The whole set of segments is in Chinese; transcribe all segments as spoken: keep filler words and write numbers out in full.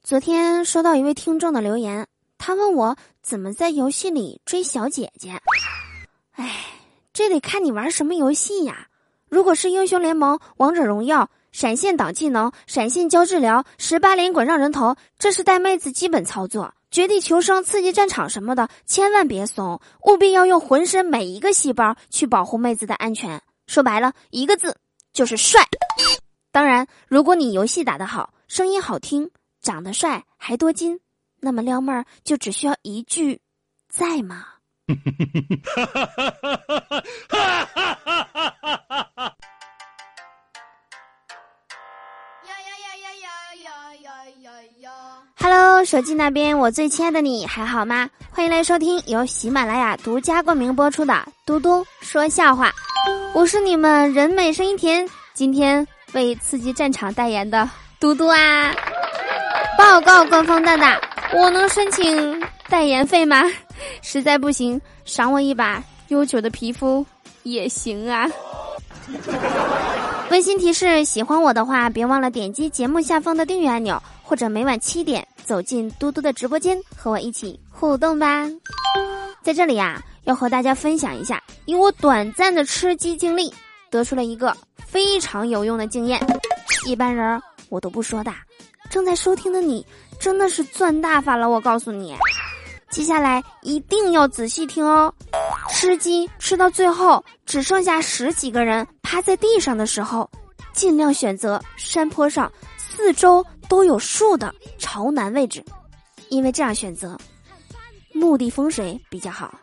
昨天收到一位听众的留言，他问我怎么在游戏里追小姐姐。哎，这得看你玩什么游戏呀。如果是英雄联盟、王者荣耀，闪现挡技能、闪现交治疗、十八连滚让人头，这是带妹子基本操作。绝地求生、刺激战场什么的，千万别怂，务必要用浑身每一个细胞去保护妹子的安全。说白了，一个字，就是帅。当然，如果你游戏打得好，声音好听，长得帅还多金，那么撩妹儿就只需要一句在吗？Hello， 手机那边我最亲爱的你还好吗？欢迎来收听由喜马拉雅独家冠名播出的嘟嘟说笑话，我是你们人美声音甜，今天为刺激战场代言的嘟嘟啊！报告官方大大，我能申请代言费吗？实在不行，赏我一把悠久的皮肤也行啊。温馨提示，喜欢我的话别忘了点击节目下方的订阅按钮，或者每晚七点走进嘟嘟的直播间和我一起互动吧。在这里啊，要和大家分享一下以我短暂的吃鸡经历得出了一个非常有用的经验，一般人我都不说的，正在收听的你真的是赚大发了，我告诉你。接下来一定要仔细听哦。吃鸡吃到最后只剩下十几个人趴在地上的时候，尽量选择山坡上四周都有树的朝南位置，因为这样选择墓地风水比较好。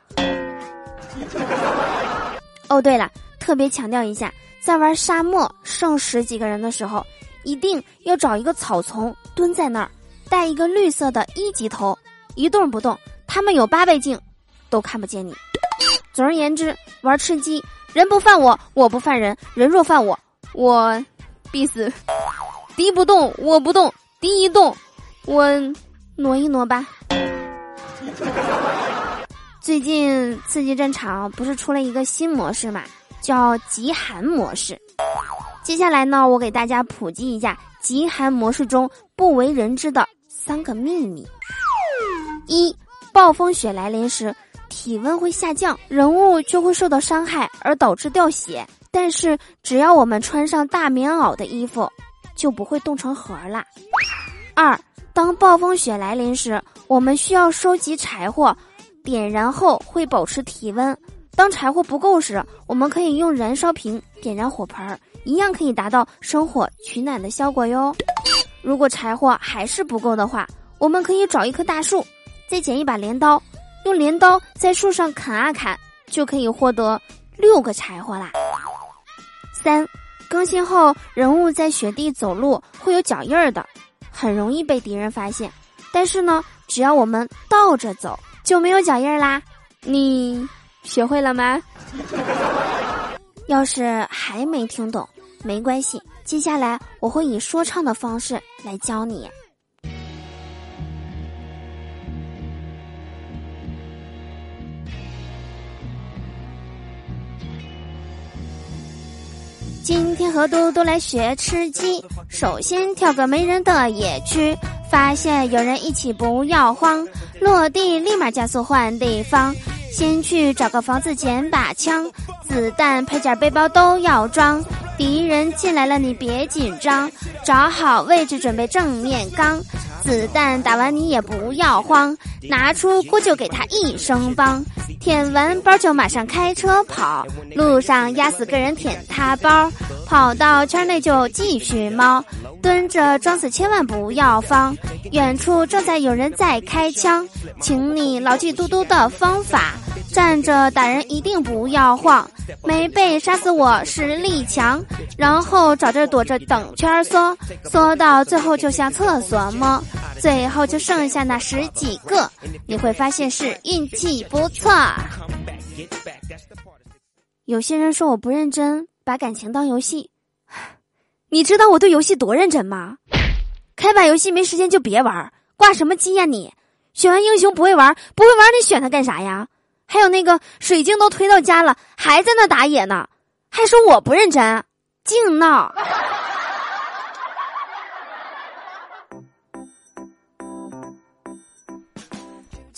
哦对了，特别强调一下，在玩沙漠剩十几个人的时候，一定要找一个草丛蹲在那儿，带一个绿色的一级头，一动不动，他们有八倍镜都看不见你。总而言之，玩吃鸡，人不犯我，我不犯人，人若犯我，我必死。敌不动我不动，敌一动我挪一挪吧。最近刺激战场不是出了一个新模式嘛，叫极寒模式。接下来呢，我给大家普及一下极寒模式中不为人知的三个秘密。一，暴风雪来临时体温会下降，人物就会受到伤害而导致掉血，但是只要我们穿上大棉袄的衣服就不会冻成盒啦。二，当暴风雪来临时，我们需要收集柴火，点燃后会保持体温，当柴火不够时，我们可以用燃烧瓶点燃火盆，一样可以达到生火取暖的效果哟。如果柴火还是不够的话，我们可以找一棵大树，再捡一把镰刀，用镰刀在树上砍啊砍，就可以获得六个柴火啦。三，更新后人物在雪地走路会有脚印儿的，很容易被敌人发现，但是呢，只要我们倒着走就没有脚印儿啦。你学会了吗？要是还没听懂没关系，接下来我会以说唱的方式来教你。今天和嘟嘟来学吃鸡，首先挑个没人的野区，发现有人一起不要慌，落地立马加速换地方，先去找个房子捡把枪，子弹配件背包都要装，敌人进来了你别紧张，找好位置准备正面刚，子弹打完你也不要慌，拿出锅就给他一声帮，舔完包就马上开车跑，路上压死个人舔他包，跑到圈内就继续猫，蹲着装死千万不要慌，远处正在有人在开枪，请你牢记嘟嘟的方法，站着打人一定不要晃，没被杀死我实力强，然后找着躲着等圈缩，缩到最后就像厕所摸，最后就剩下那十几个，你会发现是运气不错。有些人说我不认真，把感情当游戏，你知道我对游戏多认真吗？开把游戏没时间就别玩，挂什么机呀你？选完英雄不会玩，不会玩你选它干啥呀？还有那个水晶都推到家了，还在那打野呢，还说我不认真，净闹。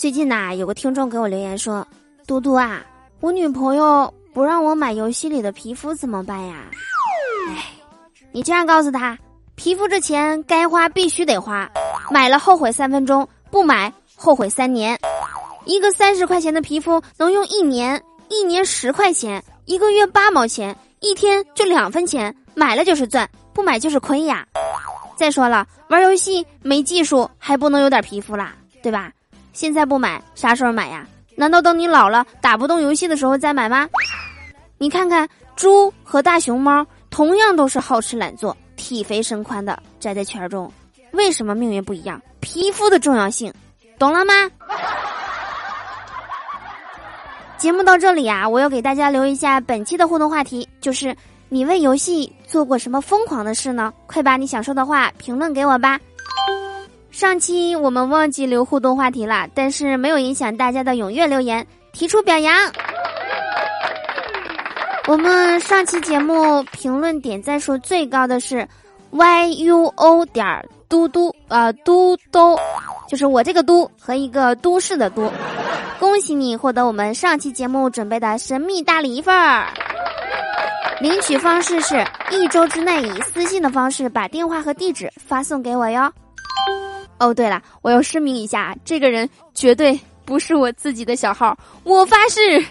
最近呐、啊，有个听众给我留言说，嘟嘟啊，我女朋友不让我买游戏里的皮肤怎么办呀？哎，你这样告诉他，皮肤这钱该花必须得花，买了后悔三分钟，不买后悔三年。一个三十块钱的皮肤能用一年，一年十块钱，一个月八毛钱，一天就两分钱，买了就是赚，不买就是亏呀。再说了，玩游戏没技术还不能有点皮肤啦，对吧？现在不买啥时候买呀？难道等你老了打不动游戏的时候再买吗？你看看猪和大熊猫同样都是好吃懒做体肥身宽的宅在圈中，为什么命运不一样？皮肤的重要性懂了吗？节目到这里啊，我要给大家留一下本期的互动话题，就是你为游戏做过什么疯狂的事呢？快把你想说的话评论给我吧。上期我们忘记留互动话题了，但是没有影响大家的踊跃留言，提出表扬。我们上期节目评论点赞数最高的是 Y U O 点嘟嘟呃嘟嘟，就是我这个嘟和一个都市的都。恭喜你获得我们上期节目准备的神秘大礼一份儿。领取方式是一周之内以私信的方式把电话和地址发送给我哟。哦，对了，我要声明一下，这个人绝对不是我自己的小号，我发誓。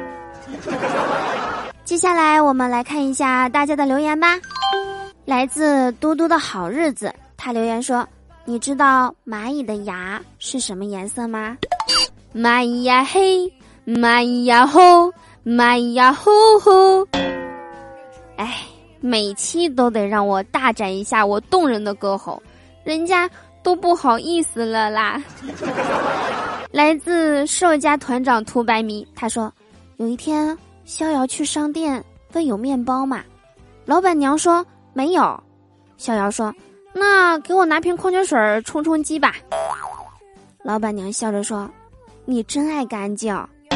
接下来我们来看一下大家的留言吧。来自嘟嘟的好日子，他留言说，你知道蚂蚁的牙是什么颜色吗？蚂蚁呀嘿，蚂蚁呀吼，蚂蚁呀吼吼。哎，每期都得让我大展一下我动人的歌喉，人家都不好意思了啦。来自寿家团长涂白迷，他说，有一天逍遥去商店问有面包吗？老板娘说没有。逍遥说，那给我拿瓶矿泉水冲冲击吧。老板娘笑着说，你真爱干净。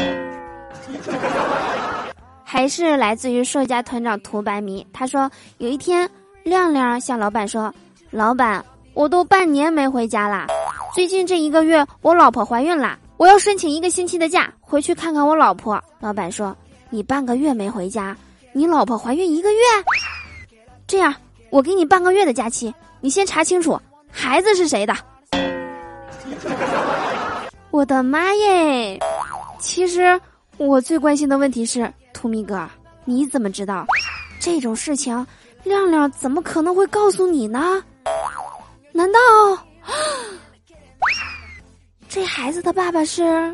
还是来自于寿家团长涂白迷，他说有一天亮亮向老板说，老板，我都半年没回家啦，最近这一个月我老婆怀孕啦，我要申请一个星期的假回去看看我老婆。老板说，你半个月没回家，你老婆怀孕一个月？这样我给你半个月的假期，你先查清楚孩子是谁的。我的妈耶！其实我最关心的问题是，图米哥，你怎么知道这种事情？亮亮怎么可能会告诉你呢？难道这孩子的爸爸是？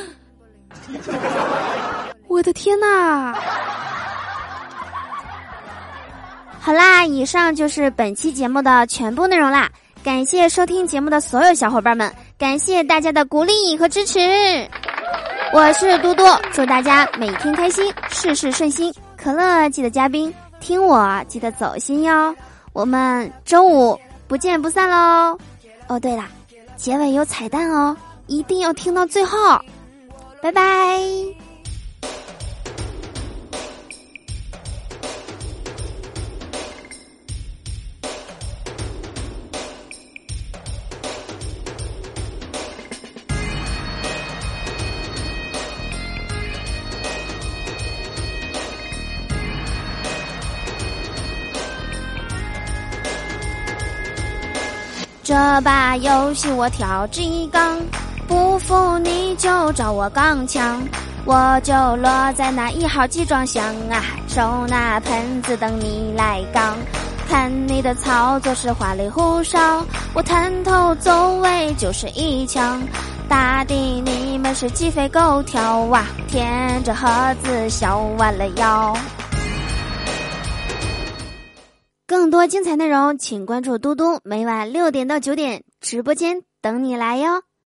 我的天哪！好啦，以上就是本期节目的全部内容啦。感谢收听节目的所有小伙伴们，感谢大家的鼓励和支持。我是嘟嘟，祝大家每天开心，事事顺心。可乐记得加冰，听我记得走心哟。我们周五不见不散喽！哦，对了，结尾有彩蛋哦，一定要听到最后。拜拜。这把游戏我挑几杠，不服你就找我杠枪，我就落在那一号集装箱啊，手拿盆子等你来杠。看你的操作是花里胡哨，我探头走位就是一枪，打的你们是鸡飞狗跳啊，舔着盒子笑弯了腰。更多精彩内容请关注嘟嘟，每晚六点到九点直播间等你来哟。